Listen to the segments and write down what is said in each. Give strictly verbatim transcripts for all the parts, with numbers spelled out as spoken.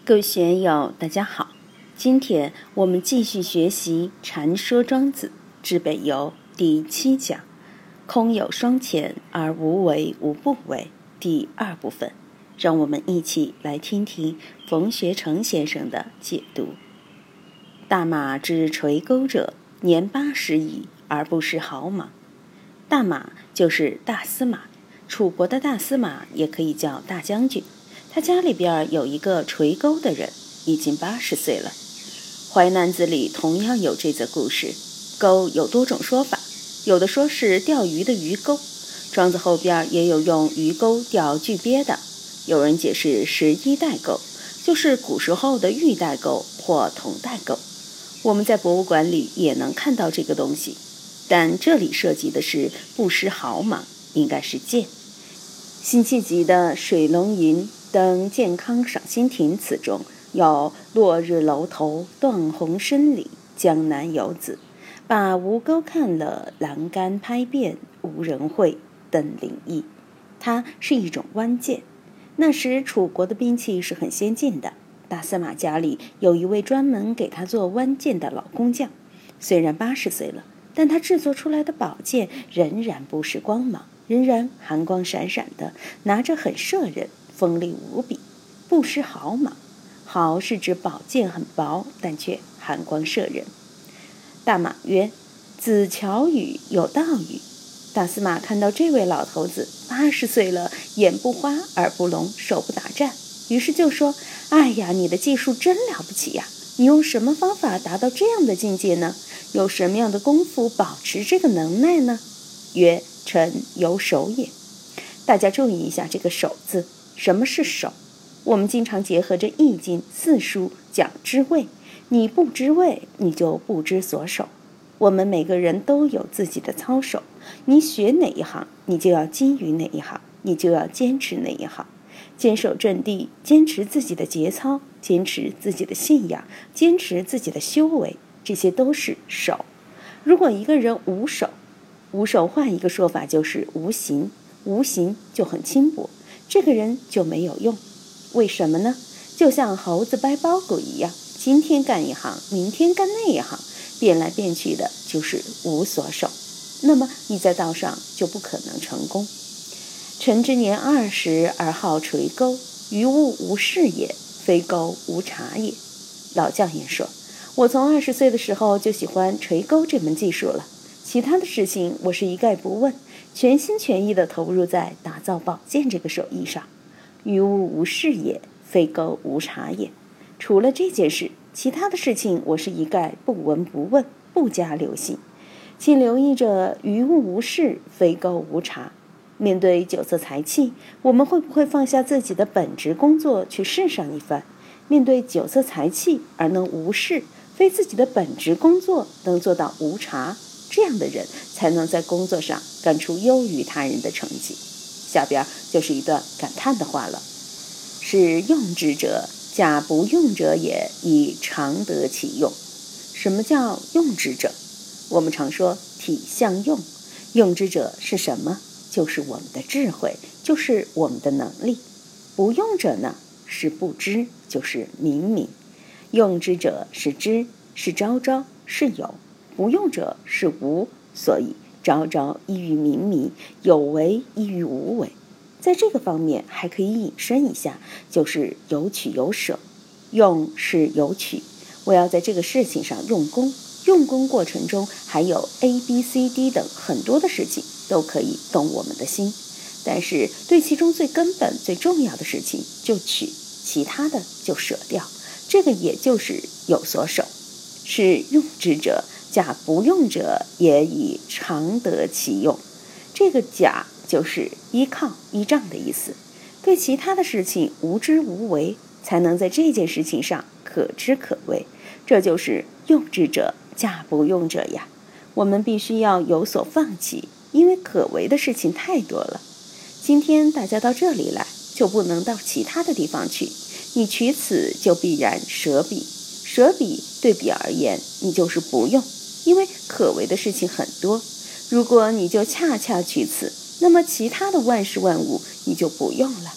各位学友大家好，今天我们继续学习《禅说庄子之北游》第七讲，空有双潜而无为无不为第二部分，让我们一起来听听冯学成先生的解读。大马之垂钩者，年八十矣，而不识毫芒。大马就是大司马，楚国的大司马也可以叫大将军。他家里边有一个垂钩的人，已经八十岁了。淮南子里同样有这则故事。钩有多种说法，有的说是钓鱼的鱼钩，庄子后边也有用鱼钩钓巨鳖的。有人解释十一带钩，就是古时候的玉带钩或铜带钩。我们在博物馆里也能看到这个东西，但这里涉及的是不识毫芒，应该是剑。辛弃疾的《水龙吟》登健康赏心亭词中有落日楼头断鸿声里，江南游子，把吴钩看了，栏杆拍遍，无人会，登临意。它是一种弯剑。那时楚国的兵器是很先进的，大司马家里有一位专门给他做弯剑的老工匠，虽然八十岁了，但他制作出来的宝剑仍然不失光芒，仍然寒光闪闪的，拿着很摄人，锋利无比，不失毫芒。毫是指宝剑很薄，但却寒光摄人。大马曰：子巧语有道语。大司马看到这位老头子八十岁了，眼不花耳不聋，手不打颤，于是就说：哎呀，你的技术真了不起呀！你用什么方法达到这样的境界呢？有什么样的功夫保持这个能耐呢？曰：臣有手也。大家注意一下这个手字，什么是手？我们经常结合着易经四书讲知味，你不知味，你就不知所守。我们每个人都有自己的操守，你学哪一行，你就要精于哪一行，你就要坚持哪一行。坚守阵地，坚持自己的节操，坚持自己的信仰，坚持自己的修为，这些都是守。如果一个人无守，无守换一个说法就是无形，无形就很轻薄，这个人就没有用。为什么呢？就像猴子掰包谷一样，今天干一行，明天干那一行，变来变去的，就是无所守。那么你在道上就不可能成功。臣之年二十而好垂钩，于物无事也，非钩无察也。老将也说，我从二十岁的时候就喜欢垂钩这门技术了，其他的事情我是一概不问，全心全意地投入在打造宝剑这个手艺上。于物无事也，非钩无察也。除了这件事，其他的事情我是一概不闻不问，不加留心。请留意着于物无事，非钩无察。面对酒色财气，我们会不会放下自己的本职工作去试上一番？面对酒色财气而能无事，非自己的本职工作能做到无察，这样的人才能在工作上干出优于他人的成绩。下边就是一段感叹的话了：是用之者，假不用者也，以常得其用。什么叫用之者？我们常说体相用，用之者是什么？就是我们的智慧，就是我们的能力。不用者呢，是不知，就是明明。用之者是知，是昭昭，是有；不用者是无，所以昭昭异于明明，有为异于无为。在这个方面还可以引申一下，就是有取有舍。用是有取，我要在这个事情上用功，用功过程中还有 A B C D 等很多的事情都可以动我们的心，但是对其中最根本最重要的事情就取，其他的就舍掉，这个也就是有所守。是用之者，假不用者也，以常得其用。这个假就是依靠依仗的意思，对其他的事情无知无为，才能在这件事情上可知可为，这就是用之者，假不用者呀。我们必须要有所放弃，因为可为的事情太多了。今天大家到这里来，就不能到其他的地方去，你取此就必然舍彼，舍彼对彼而言，你就是不用，因为可为的事情很多。如果你就恰恰取此，那么其他的万事万物你就不用了。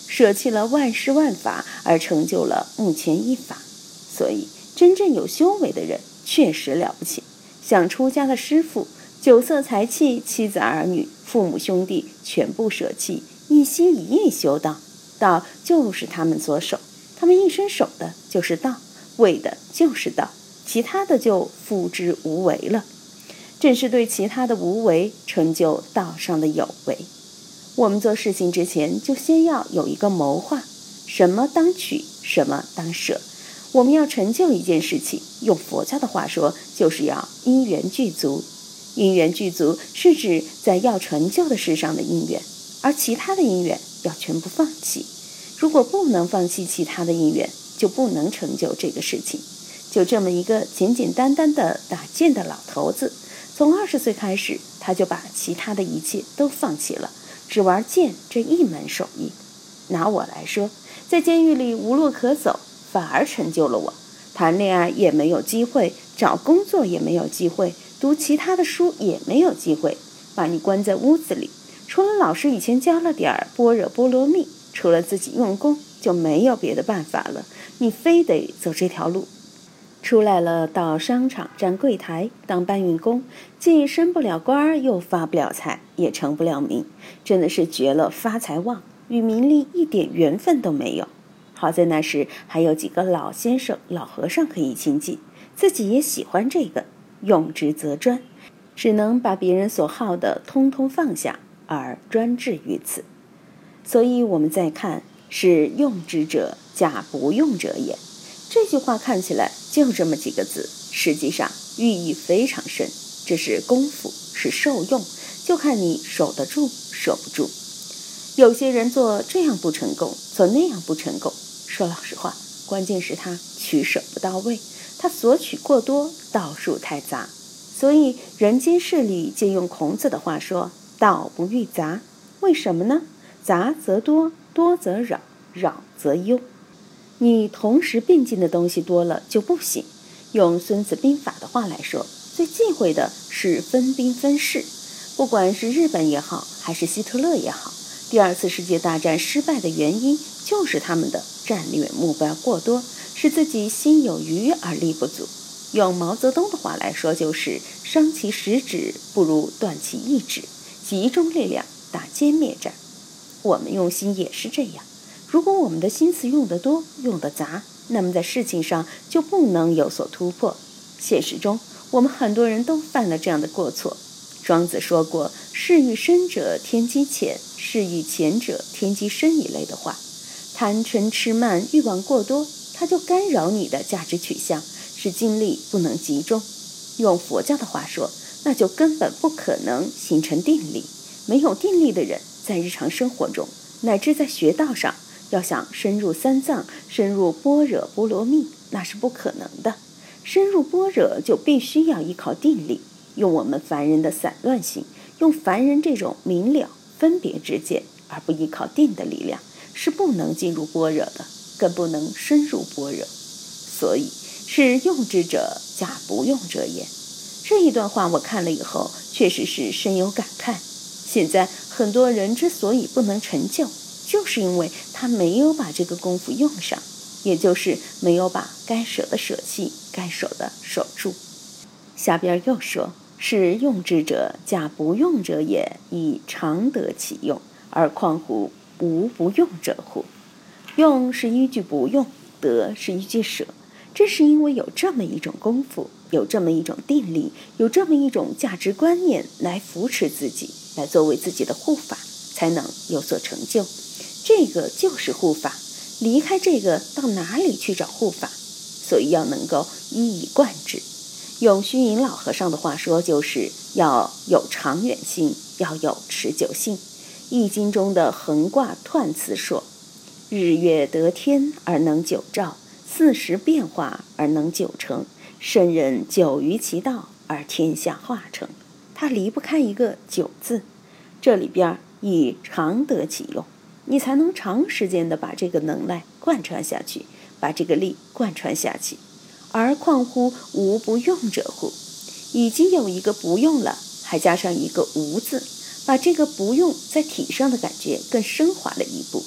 舍弃了万事万法，而成就了目前一法。所以真正有修为的人确实了不起，像出家的师父，酒色财气、妻子儿女、父母兄弟全部舍弃，一心一意修道。道就是他们所守，他们一生守的就是道，为的就是道，其他的就付之无为了。正是对其他的无为，成就道上的有为。我们做事情之前，就先要有一个谋划，什么当取，什么当舍。我们要成就一件事情，用佛教的话说，就是要因缘具足。因缘具足是指在要成就的事上的因缘，而其他的因缘要全部放弃。如果不能放弃其他的因缘，就不能成就这个事情。就这么一个简简单单的打剑的老头子，从二十岁开始，他就把其他的一切都放弃了，只玩剑这一门手艺。拿我来说，在监狱里无路可走，反而成就了我。谈恋爱也没有机会，找工作也没有机会，读其他的书也没有机会，把你关在屋子里，除了老师以前教了点儿般若波罗蜜，除了自己用功，就没有别的办法了。你非得走这条路。出来了，到商场站柜台当搬运工，既升不了官，又发不了财，也成不了名，真的是绝了发财旺，与名利一点缘分都没有。好在那时还有几个老先生老和尚可以亲近，自己也喜欢这个，用之则专，只能把别人所好的通通放下，而专志于此。所以我们再看，是用之者假不用者也。这句话看起来就这么几个字，实际上寓意非常深。这是功夫，是受用，就看你守得住守不住。有些人做这样不成功，做那样不成功，说老实话，关键是他取舍不到位，他索取过多，道术太杂。所以人间事理借用孔子的话说，道不欲杂。为什么呢？杂则多，多则扰，扰则忧。你同时并进的东西多了就不行。用孙子兵法的话来说，最忌讳的是分兵分事。不管是日本也好，还是希特勒也好，第二次世界大战失败的原因就是他们的战略目标过多，使自己心有余而力不足。用毛泽东的话来说，就是伤其十指不如断其一指，集中力量打歼灭战。我们用心也是这样，如果我们的心思用得多，用得杂，那么在事情上就不能有所突破。现实中我们很多人都犯了这样的过错。庄子说过，事欲深者天机浅，事欲浅者天机深一类的话。贪嗔痴慢欲望过多，它就干扰你的价值取向，使精力不能集中。用佛教的话说，那就根本不可能形成定力。没有定力的人，在日常生活中乃至在学道上，要想深入三藏，深入般若波罗蜜，那是不可能的。深入般若就必须要依靠定力。用我们凡人的散乱性，用凡人这种明了分别之见，而不依靠定的力量，是不能进入般若的，更不能深入般若。所以是用之者假不用者也。这一段话我看了以后，确实是深有感慨。现在很多人之所以不能成就，就是因为他没有把这个功夫用上，也就是没有把该舍的舍弃，该守的守住。下边又说，是用之者假不用者也，以常得其用，而况乎无不用者乎？用是依据不用，得是依据舍。正是因为有这么一种功夫，有这么一种定力，有这么一种价值观念来扶持自己，来作为自己的护法，才能有所成就。这个就是护法，离开这个到哪里去找护法？所以要能够一以贯之。用虚云老和尚的话说，就是要有长远心，要有持久性。易经中的横卦彖辞说，日月得天而能久照，四时变化而能久成，圣人久于其道而天下化成。它离不开一个久字，这里边以常得其用，你才能长时间的把这个能耐贯穿下去，把这个力贯穿下去。而况乎无不用者乎？已经有一个不用了，还加上一个无字，把这个不用在体上的感觉更升华了一步。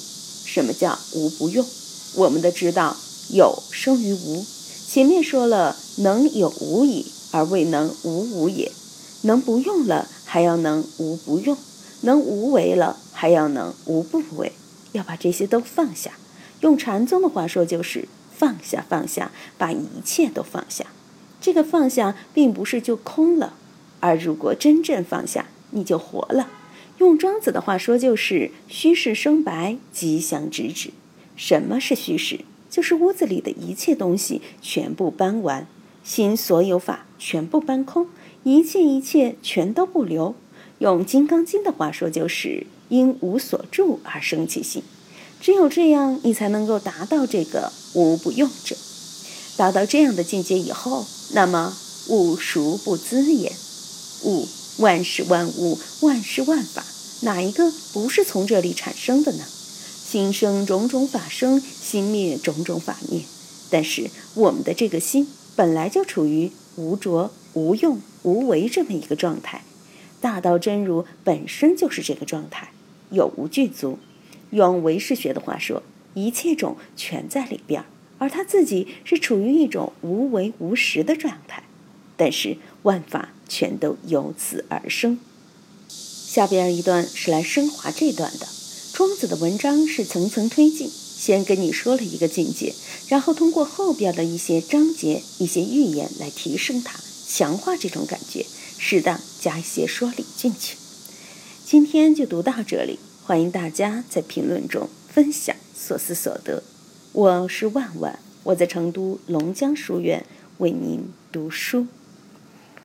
什么叫无不用？我们都知道有生于无，前面说了能有无矣，而未能无无也。能不用了，还要能无不用；能无为了，还要能无不为。要把这些都放下，用禅宗的话说就是放下放下，把一切都放下。这个放下并不是就空了，而如果真正放下，你就活了。用庄子的话说就是虚实生白，吉祥直指。什么是虚实？就是屋子里的一切东西全部搬完，心所有法全部搬空，一切一切全都不留。用金刚经的话说就是因无所住而生其心。只有这样，你才能够达到这个无不用者。达到这样的境界以后，那么物孰不资也？物，万事万物，万事万法，哪一个不是从这里产生的呢？心生种种法生，心灭种种法灭。但是我们的这个心本来就处于无着、无用、无为这么一个状态。大道真如本身就是这个状态，有无具足。用唯识学的话说，一切种全在里边，而他自己是处于一种无为无实的状态。但是万法全都由此而生。下边一段是来升华这段的。庄子的文章是层层推进，先跟你说了一个境界，然后通过后边的一些章节、一些寓言来提升它，强化这种感觉，适当加一些说理进去。今天就读到这里，欢迎大家在评论中分享所思所得。我是万万，我在成都龙江书院为您读书。